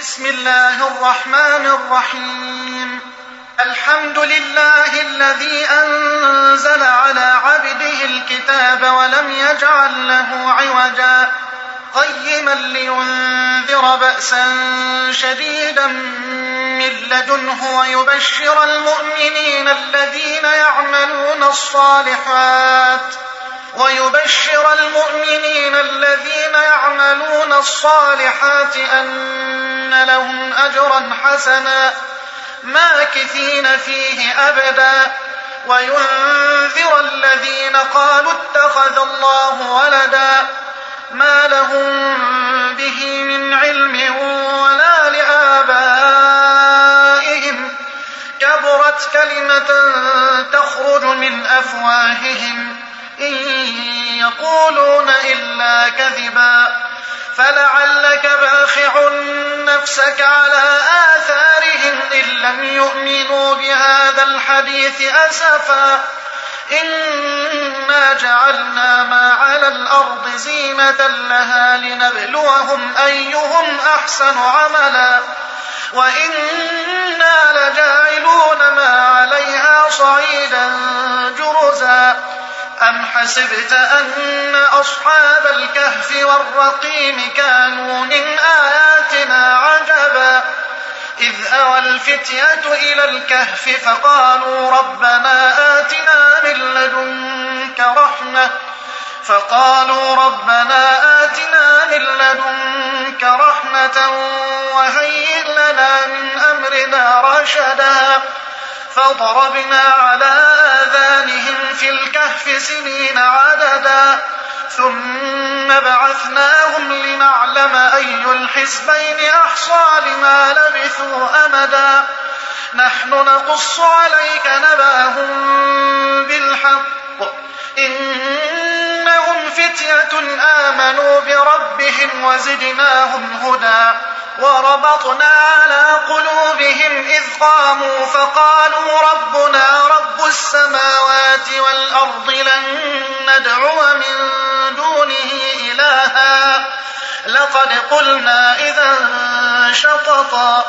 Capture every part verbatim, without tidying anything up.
بسم الله الرحمن الرحيم. الحمد لله الذي أنزل على عبده الكتاب ولم يجعل له عوجا قيما لينذر بأسا شديدا من لدنه ويبشر المؤمنين الذين يعملون الصالحات ويبشر المؤمنين الذين يعملون الصالحات أن لهم أجرا حسنا ماكثين فيه أبدا وينذر الذين قالوا اتخذ الله ولدا ما لهم به من علم ولا لآبائهم كبرت كلمة تخرج من أفواههم إن يقولون إلا كذبا فلعلك باخع نفسك على آثارهم إن لم يؤمنوا بهذا الحديث أسفا إنا جعلنا ما على الأرض زينة لها لنبلوهم أيهم أحسن عملا وإنا لجاعلون ما عليها صعيدا جرزا أم حسبت أن أصحاب الكهف والرقيم كانوا من آياتنا عجبا إذ أوى الفتية إلى الكهف فقالوا ربنا آتنا من لدنك رحمة فقالوا ربنا آتنا من لدنك رحمة وهيئ لنا من أمرنا رشدا فضربنا على آذانهم في الكهف سنين عددا ثم بعثناهم لنعلم أي الحزبين أحصى لما لبثوا أمدا نحن نقص عليك نبأهم بالحق إنهم فتية آمنوا بربهم وزدناهم هدى وربطنا على قلوبهم إذ قاموا فقالوا ربنا رب السماوات والأرض لن ندعو من دونه إلها لقد قلنا إذا شططا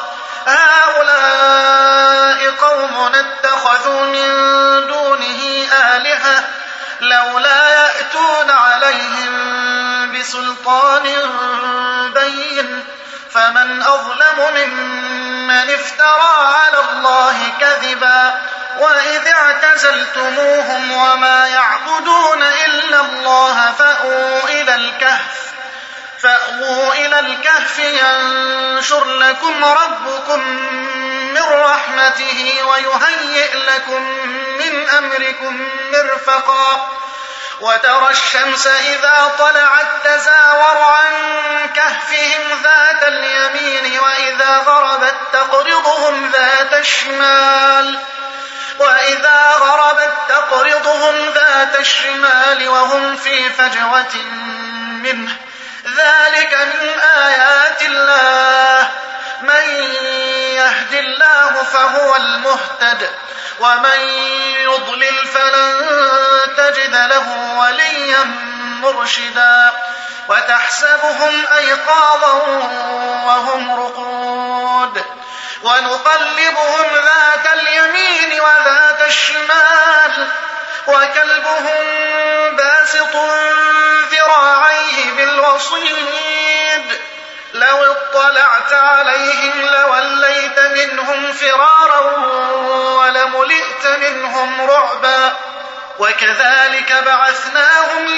هؤلاء قوم اتخذوا من دونه آلهة لولا يأتون عليهم بسلطان بين فمن أظلم ممن افترى على الله كذبا وإذ اعتزلتموهم وما يعبدون إلا الله فأووا إلى الكهف فأووا إلى الكهف ينشر لكم ربكم من رحمته ويهيئ لكم من أمركم مرفقا وترى الشمس إذا طلعت تزاور عن كهفهم ذات اليمين وإذا غربت تقرضهم ذات الشمال وإذا غربت تقرضهم ذات الشمال وهم في فجوة منه ذلك من آيات الله من يهد الله فهو المهتد ومن يضلل فلن تجد له وليا مرشدا وتحسبهم أيقاظا وهم رقود ونقلبهم ذات اليمين وذات الشمال وكلبهم باسط ذراعيه بالوصيد لو اطلعت عليهم لوليت منهم فرارا ولملئت منهم رعبا وكذلك بعثناهم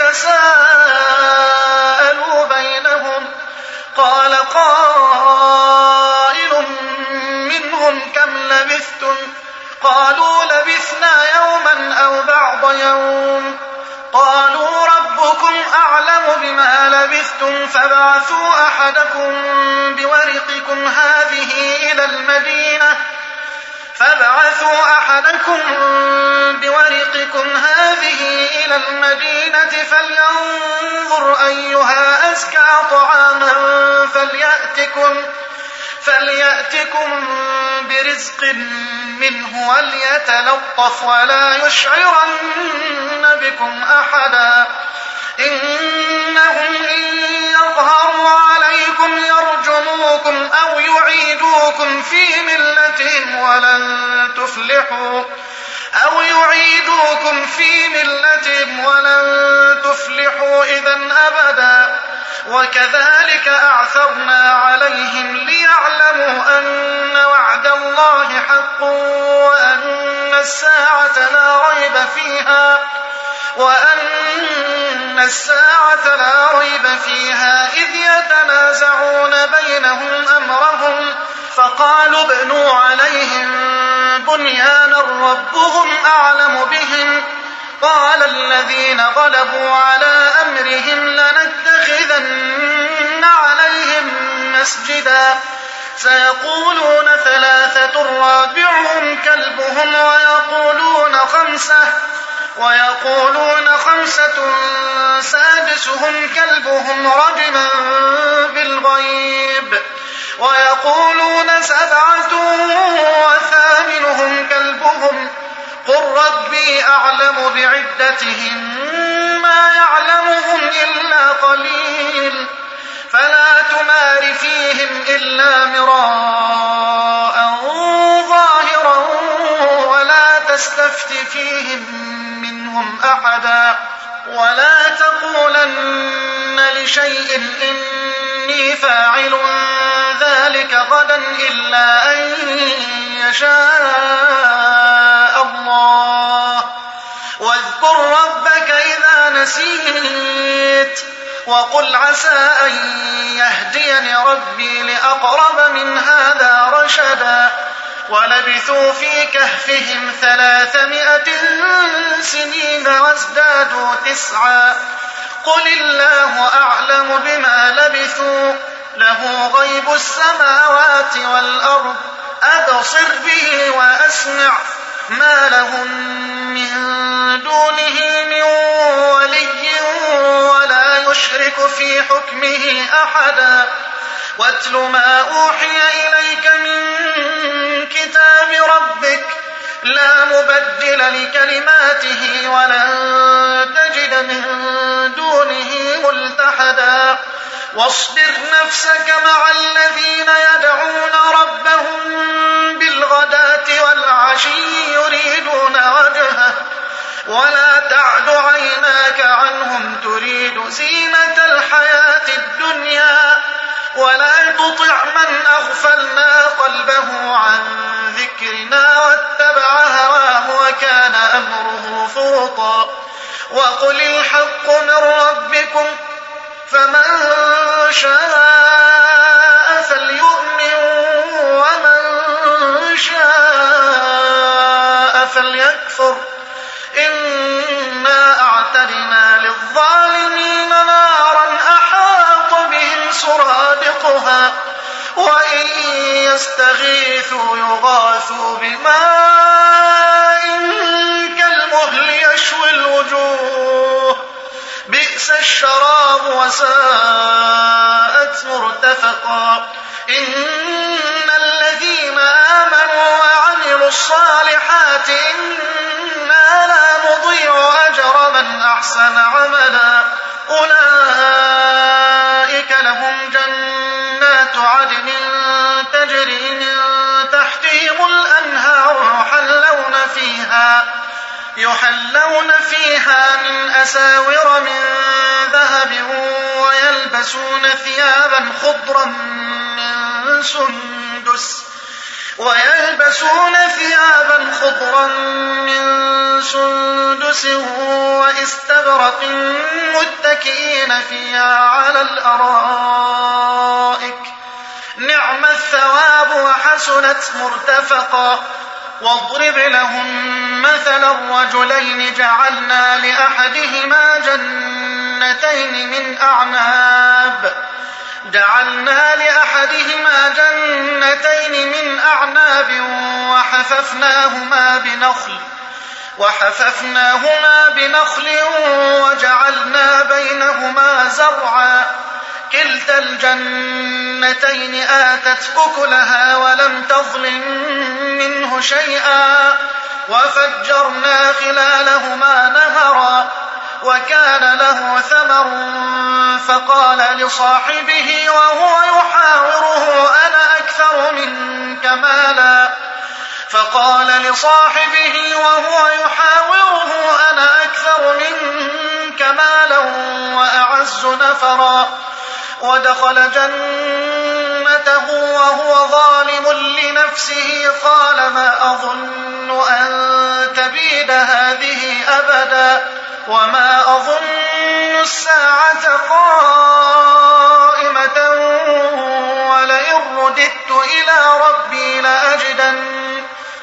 ليتساءلوا بينهم قال قائل منهم كم لبثتم قالوا لبثنا يوما أو بعض يوم قالوا ربكم أعلم بما لبثتم فابعثوا أحدكم بورقكم هذه إلى المدينة فابعثوا أحدكم بورقكم هذه إلى المدينة فلينظر أيها أزكى طعاما فليأتكم فليأتكم برزق منه وليتلطف ولا يشعرن بكم أحدا إنهم إن يظهروا عليكم يرجموكم أو يردوكم في ملتهم ولن تفلحوا أو يعيدوكم في ملتهم ولن تفلحوا إذن أبدا وكذلك أعثرنا عليهم ليعلموا أن وعد الله حق وأن الساعة لا ريب فيها وأن الساعة لا ريب فيها إذ يتنازعون بينهم أمرهم فقالوا ابنوا عليهم بنيانا ربهم أعلم بهم قال الذين غلبوا على أمرهم لنتخذن عليهم مسجدا سيقولون ثلاثة رابعهم كلبهم ويقولون خمسة ويقولون خمسة سادسهم كلبهم رجما بالغيب ويقولون سبعة وثامنهم كلبهم قل ربي أعلم بعدتهم ما يعلمهم إلا قليل فلا تمار فيهم إلا مراء ظاهرا ولا تستفت فيهم منهم أحدا ولا تقولن لشيء إني فاعل ذلك غدا إلا أن يشاء الله واذكر ربك إذا نسيت وقل عسى أن يهديني ربي لأقرب من هذا رشدا ولبثوا في كهفهم ثلاثمائة سنين وازدادوا تسعا قل الله أعلم بما لبثوا له غيب السماوات والأرض أبصر به وأسمع ما لهم من دونه من ولي ولا يشرك في حكمه أحدا واتل ما أوحي إليك من كتاب ربك لا مبدل لكلماته ولن تجد من دونه ملتحدا واصبر نفسك مع الذين يدعون ربهم بالغداة والعشي يريدون وجهه ولا تعد عيناك عنهم تريد زينة الحياة الدنيا ولا تطع من أغفلنا قلبه عن ذكرنا واتبع هواه وكان أمره فرطا وقل الحق من ربكم فمن شاء فليؤمن ومن شاء فليكفر إنا أعتدنا للظالمين نارا أحاط بهم سرادقها وإن يستغيثوا يغاثوا بماء كالمهل يشوي الوجوه بئس الشراب وساءت مرتفقا إن الذين آمنوا وعملوا الصالحات إنا لا نضيع أجر من أحسن عملا أولئك لهم جنات عدن تجري من تحتهم الأنهار يحلون فيها يحلون فيها من أساور من ذهب ويلبسون ثيابا خضرا من سندس ويلبسون ثيابا خضرا من سندس واستبرق متكئين فيها على الأرائك نعم الثواب وحسنت مرتفقا واضرب لهم مثل الرجلين جعلنا لأحدهما جنتين من أعناب جعلنا لأحدهما جنتين من أعناب وحففناهما بنخل وحففناهما بنخل وجعلنا بينهما زرعا كلتا الجنتين آتت أكلها ولم تظلم منه شيئا وفجرنا خلالهما نهرا وكان له ثمر فقال لصاحبه وهو يحاوره أنا أكثر منك مالا فقال لصاحبه وهو يحاوره أنا أكثر منك مالا وأعز نفرا ودخل جنته وهو ظالم لنفسه قال ما أظن أن تبيد هذه أبدا وما أظن الساعة قائمة ولئن رددت إلى ربي لأجدن,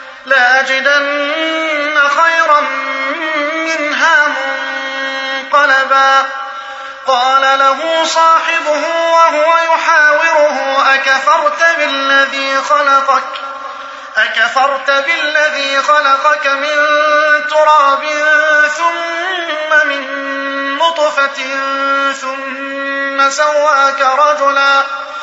لأجدن خيرا منها منقلبا قال له صاحبه وهو يحاوره أكفرت بالذي خلقك أكفرت بالذي خلقك من تراب ثم من نطفة ثم سواك رجلا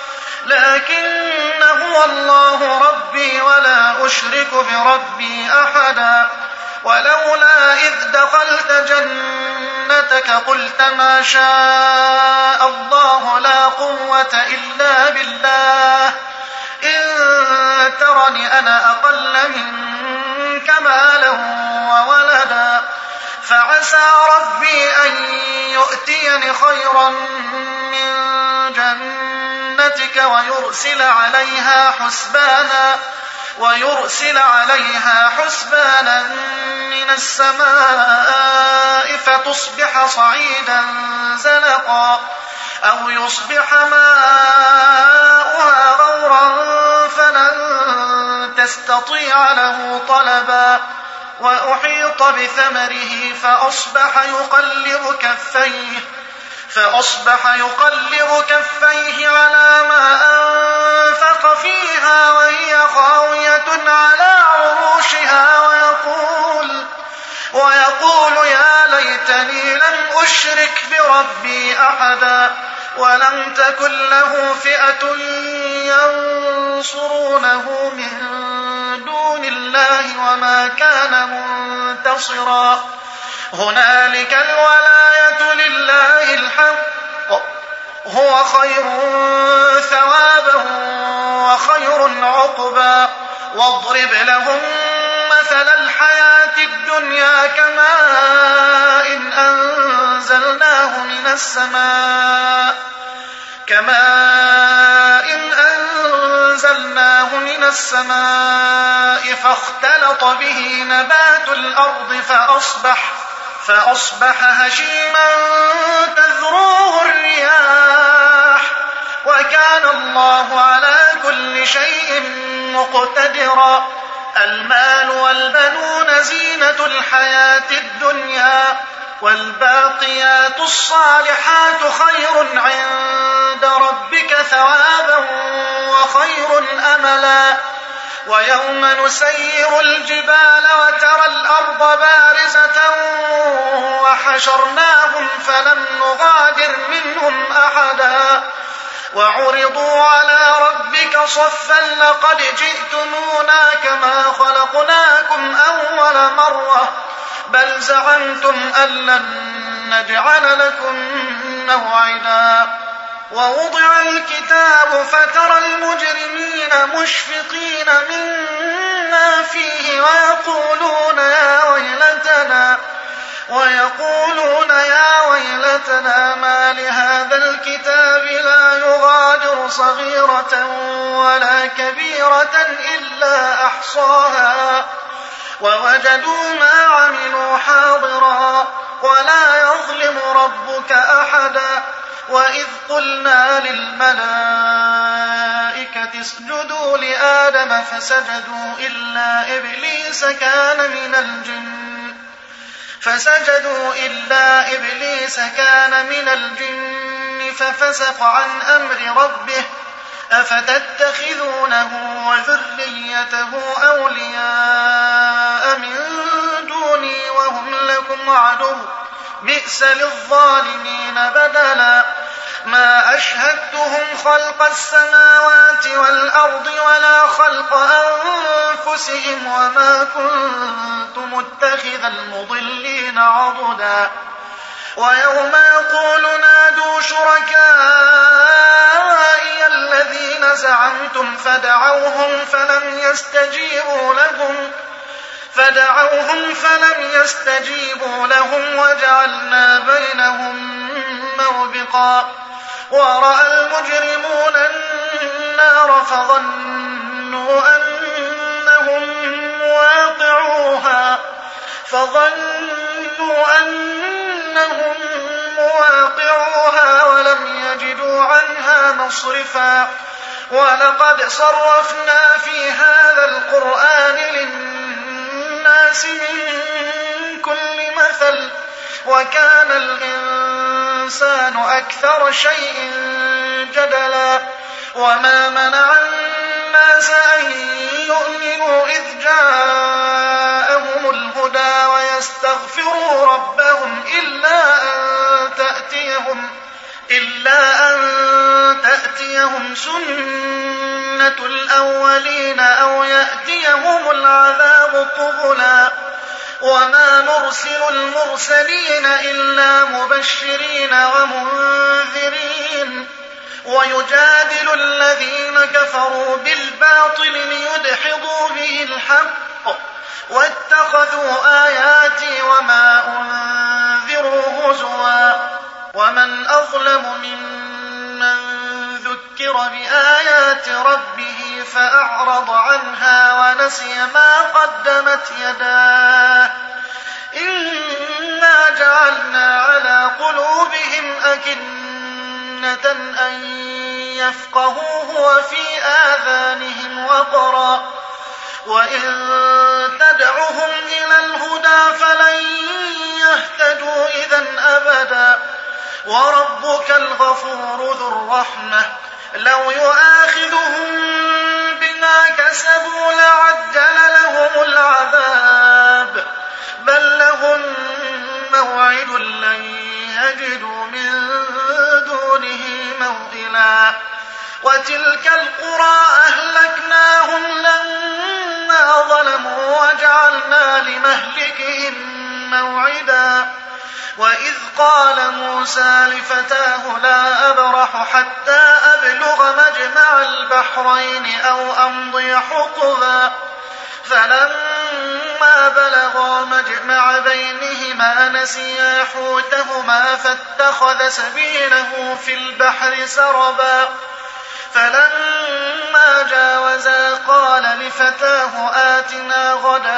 لكن هو الله ربي ولا أشرك بربي أحدا ولولا إذ دخلت جنتك قلت ما شاء الله لا قوة إلا بالله إن ترني أنا أقل منك مالا وولدا فعسى ربي أن يؤتيني خيرا من جنتك ويرسل عليها حسبانا ويرسل عليها حسبانا من السماء فتصبح صعيدا زلقا أو يصبح ماؤها غورا فلن تستطيع له طلبا وأحيط بثمره فأصبح يقلب كفيه فأصبح يقلب كفيه على ما أنفق فيها وهي خاوية على عروشها ويقول, ويقول يا ليتني لم أشرك بربي أحدا ولم تكن له فئة ينصرونه من دون الله وما كان منتصرا هنالك الولاية لله الحق هو خير ثوابا وخير عقبا واضرب لهم مثل الحياة الدنيا كماء إن أنزلناه من السماء كماء إن أنزلناه من السماء فاختلط به نبات الأرض فأصبح فأصبح هشيما تذروه الرياح وكان الله على كل شيء مقتدرا المال والبنون زينة الحياة الدنيا والباقيات الصالحات خير عند ربك ثوابا وخير أملا ويوم نسير الجبال وترى الأرض بارزة وحشرناهم فلم نغادر منهم أحدا وعرضوا على ربك صفا لقد جئتمونا كما خلقناكم أول مرة بل زعمتم أن لن نجعل لكم موعدا ووضع الكتاب فترى المجرمين مشفقين مما فيه ويقولون يا ويلتنا ويقولون يا ويلتنا ما لهذا الكتاب لا يغادر صغيرة ولا كبيرة إلا أحصاها ووجدوا ما عملوا حاضرا ولا يظلم ربك أحدا وإذ قلنا للملائكة اسجدوا لآدم فسجدوا إلا إبليس كان من الجن فسجدوا إلا إبليس كان من الجن ففسق عن أمر ربه أفتتخذونه وذريته أولياء من دوني وهم لكم عدو بئس للظالمين بدلا ما أشهدتهم خلق السماوات والأرض ولا خلق أنفسهم وما كنت متخذ المضلين عضدا ويوم يقول نادوا شركائي الذين الذين زعمتم فدعوهم فلم يستجيبوا لهم فدعوهم فلم يستجيبوا لهم وجعلنا بينهم موبقا ورأى المجرمون النار فظنوا أنهم مواقعوها فظنوا أنهم مواقعوها ولم يجدوا عنها مصرفا ولقد صرفنا في هذا القرآن للناس من كل مثل وكان الإنسان أكثر شيء جدلا وما منع الناس أن يؤمنوا إذ جاءهم الهدى ويستغفروا ربهم إلا أن تأتيهم إلا أن تأتيهم سنة الأولين أو يأتيهم العذاب قبلا وما نرسل المرسلين إلا مبشرين ومنذرين ويجادل الذين كفروا بالباطل ليدحضوا به الحق واتخذوا آياتي وما أنذروا هزوا ومن أظلم ممن ذكر بآيات ربه فأعرض عنها ونسي ما قدمت يداه إنا جعلنا على قلوبهم أكنة أن يفقهوه وفي آذانهم وقرا وإن تدعهم إلى الهدى فلن يهتدوا إذا أبدا وربك الغفور ذو الرحمة لو يؤاخذهم بما كسبوا لعجل لهم العذاب بل لهم موعد لن يجدوا من دونه موئلا وتلك القرى أهلكناهم لما ظلموا وجعلنا لمهلكهم موعدا وإذ قال موسى لفتاه لا أبرح حتى أبلغ مجمع البحرين أو أمضي حقبا فلما بلغا مجمع بينهما نسيا حوتهما فاتخذ سبيله في البحر سربا فلما جاوزا قال لفتاه آتنا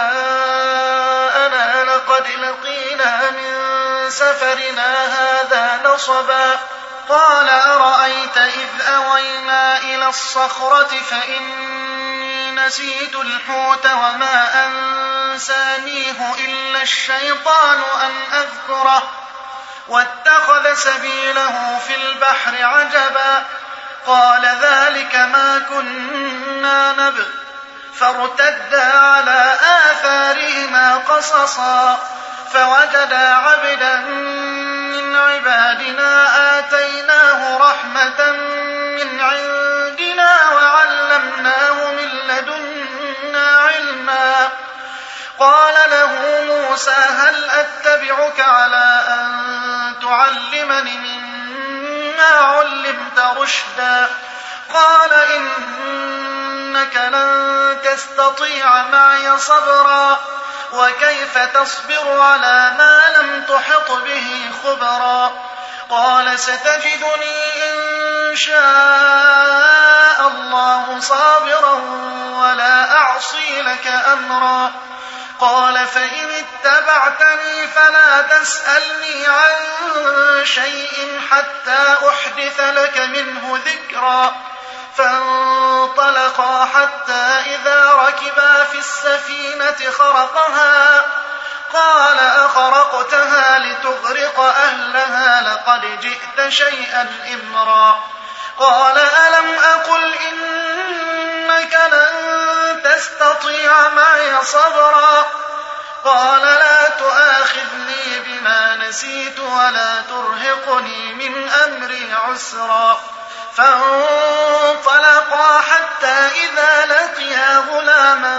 غداءنا لقد لقينا من سفرنا هذا نصبا قال أرأيت إذ أوينا إلى الصخرة فإني نسيت الحوت وما أنسانيه إلا الشيطان أن أذكره واتخذ سبيله في البحر عجبا قال ذلك ما كنا نبغ فارتدا على آثارهما قصصا فوجدا عبدا من عبادنا آتيناه رحمة من عندنا وعلمناه من لدنا علما قال له موسى هل أتبعك على أن تعلمني مما علمت رشدا قال إنك لن تستطيع معي صبرا وكيف تصبر على ما لم تحط به خبرا قال ستجدني إن شاء الله صابرا ولا أعصي لك أمرا قال فإن اتبعتني فلا تسألني عن شيء حتى أحدث لك منه ذكرا فانطلقا حتى إذا ركبا في السفينة خرقها قال أخرقتها لتغرق أهلها لقد جئت شيئا إمرا قال ألم أقل إنك لن تستطيع معي صبرا قال لا تؤاخذني بما نسيت ولا ترهقني من أمري عسرا فانطلقا حتى إذا لقيا غلاما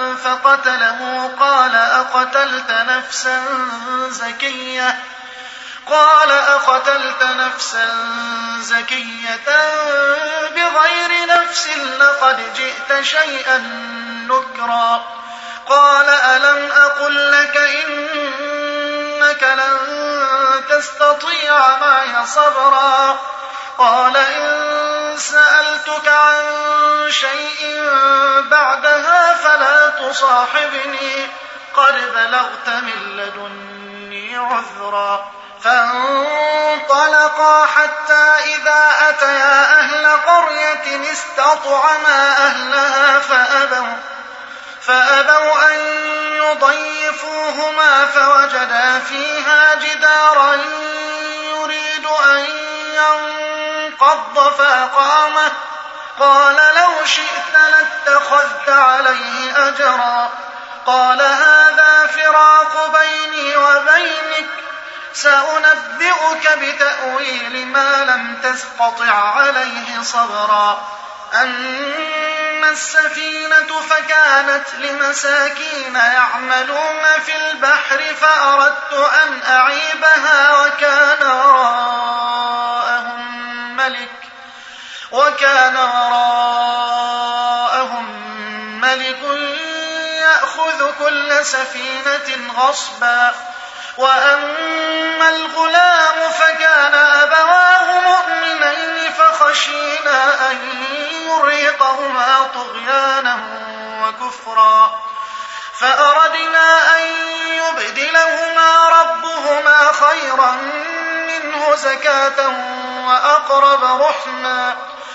فقتله قال أقتلت نفسا زكية قال أقتلت نفسا زكية بغير نفس لقد جئت شيئا نكرا قال ألم أقل لك إنك لن تستطيع معي صبرا قال إن سألتك عن شيء بعدها فلا تصاحبني قد بلغت من لدني عذرا فانطلقا حتى إذا أتيا أهل قرية استطعما أهلها فأبوا, فأبوا أن يضيفوهما فوجدا فيها جدارا يريد أن ينقض فأقامه قال لو شئت لاتخذت عليه أجرا قال هذا فراق بيني وبينك سأنبئك بتأويل ما لم تستطع عليه صبرا أما السفينة فكانت لمساكين يعملون في البحر فأردت أن أعيبها وكان وراءهم ملك وكان وراءهم ملك يأخذ كل سفينة غصبا وأما الغلام فكان أبواه مؤمنين فخشينا أن يرهقهما طغيانا وكفرا فأردنا أن يبدلهما ربهما خيرا منه زكاة وأقرب رحما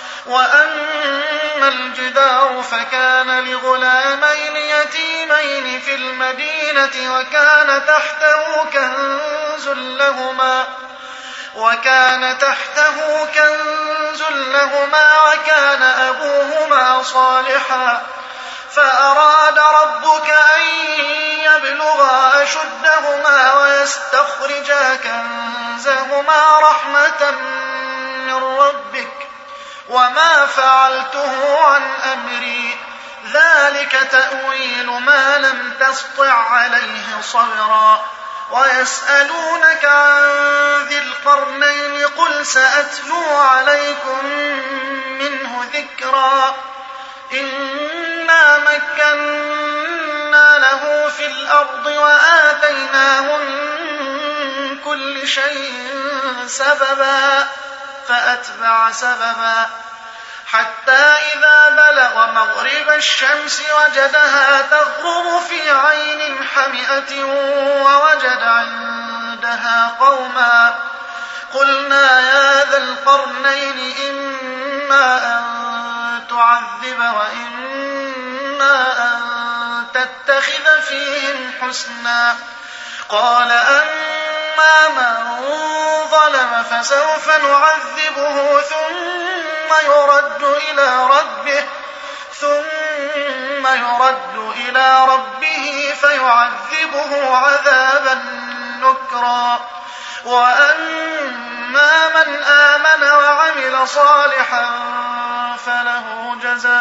وأما الجدار فكان لغلامين يتيمين في المدينة وكان تحته كنز لهما وكان تحته كنز لهما وكان أبوهما صالحا فأراد ربك أن يبلغا أشدهما ويستخرجا كنزهما رحمة من ربك وما فعلته عن أمري ذلك تأويل ما لم تسطع عليه صبرا ويسألونك عن ذي القرنين قل سأتلو عليكم منه ذكرا إنا مكنا له في الأرض وآتيناه من كل شيء سببا فأتبع سببا حتى إذا بلغ مغرب الشمس وجدها تغرب في عين حمئة ووجد عندها قوما قلنا يا ذا القرنين إما أن تعذب وإما أن تتخذ فيهم حسنا قال أما من ظلم فسوف نعذبه ثم يرد إلى ربه ثم يرد إلى ربه فيعذبه عذابا نكرا وأما من آمن وعمل صالحا فله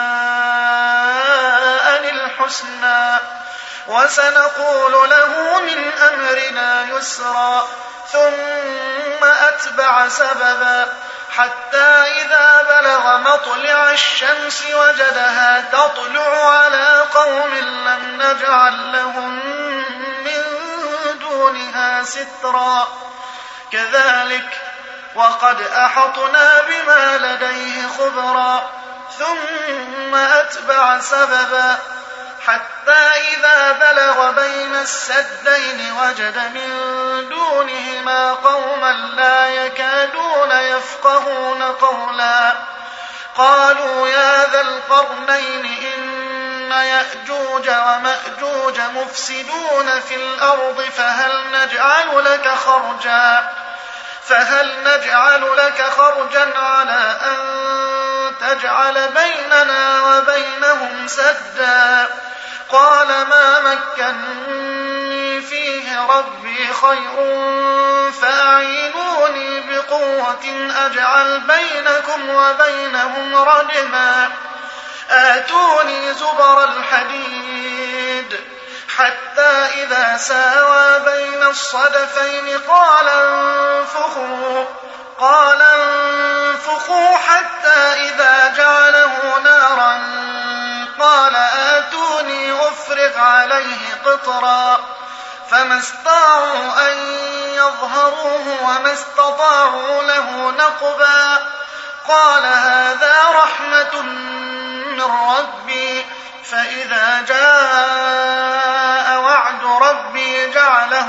جزاء الحسنى وسنقول له من أمرنا يسرا ثم أتبع سببا حتى إذا بلغ مطلع الشمس وجدها تطلع على قوم لم نجعل لهم من دونها سترا كذلك وقد أحطنا بما لديه خبرا ثم أتبع سببا حتى إذا بلغ بين السدين وجد من دونهما قوما لا يكادون يفقهون قولا قالوا يا ذا القرنين إن يأجوج ومأجوج مفسدون في الأرض فهل نجعل لك خرجا فهل نجعل لك خرجا على أن تجعل بيننا وبينهم سدا قال ما مكنني فيه ربي خير فأعينوني بقوة أجعل بينكم وبينهم ردما آتوني زبر الحديد حتى إذا ساوى بين الصدفين قال انفخوا قال انفخوا حتى إذا جعله نارا قال آتوني أفرغ عليه قطرا فما استطاعوا أن يظهروه وما استطاعوا له نقبا قال هذا رحمة من ربي فإذا جاء وعد ربي جعله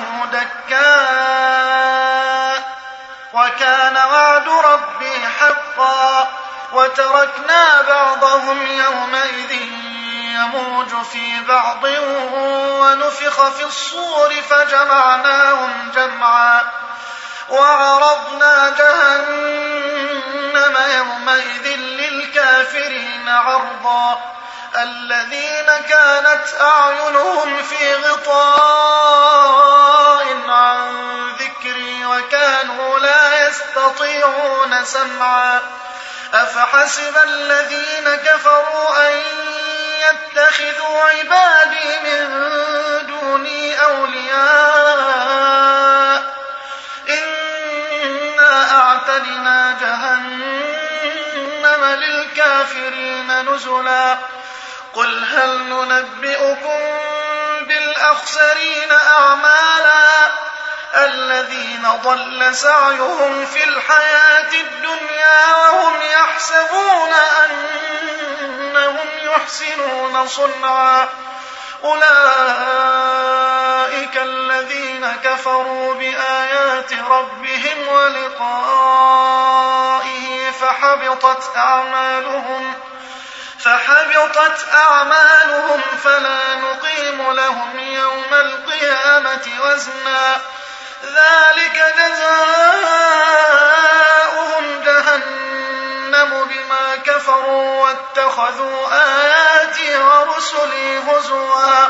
دكاء وكان وعد ربي حقا وتركنا بعضهم يومئذ يموج في بعض ونفخ في الصور فجمعناهم جمعا وعرضنا جهنم يومئذ للكافرين عرضا الذين كانت أعينهم في غطاء عن ذكري وكانوا لا يستطيعون سمعا أفحسب الذين كفروا أن يتخذوا عبادي من دوني أولياء إنا أعتدنا جهنم للكافرين نزلا قل هل ننبئكم بالأخسرين أعمالا الذين ضل سعيهم في الحياة الدنيا وهم يحسبون أنهم يحسنون صنعا أولئك الذين كفروا بآيات ربهم ولقائه فحبطت أعمالهم فحبطت أعمالهم فلا نقيم لهم يوم القيامة وزنا ذلك جزاؤهم جهنم بما كفروا واتخذوا آياتي ورسلي هزوا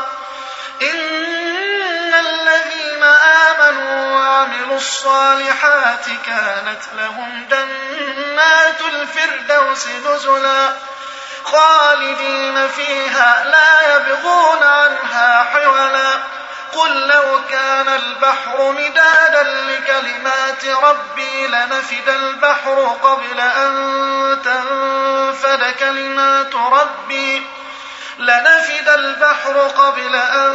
إن الذين آمنوا وعملوا الصالحات كانت لهم جنات الفردوس نزلا خالدين فيها لا يبغون عنها حولا قل لو كان البحر مدادا لكلمات ربي لنفد البحر قبل أن تنفد كلمات ربي لنفد البحر قبل أن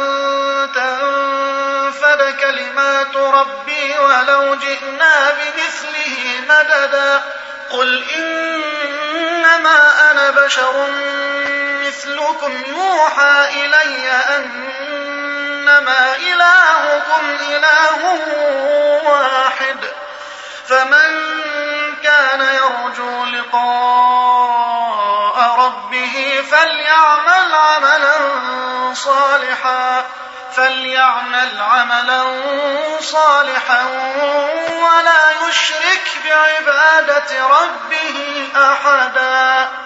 تنفد كلمات ربي ولو جئنا بمثله مددا قل إنما أنا بشر مثلكم يوحى إلي أنما إلهكم إله واحد فمن كان يرجو لقاء ربه فليعمل عملا صالحا فليعمل عملا صالحا ولا يشرك بعبادة ربه أحدا.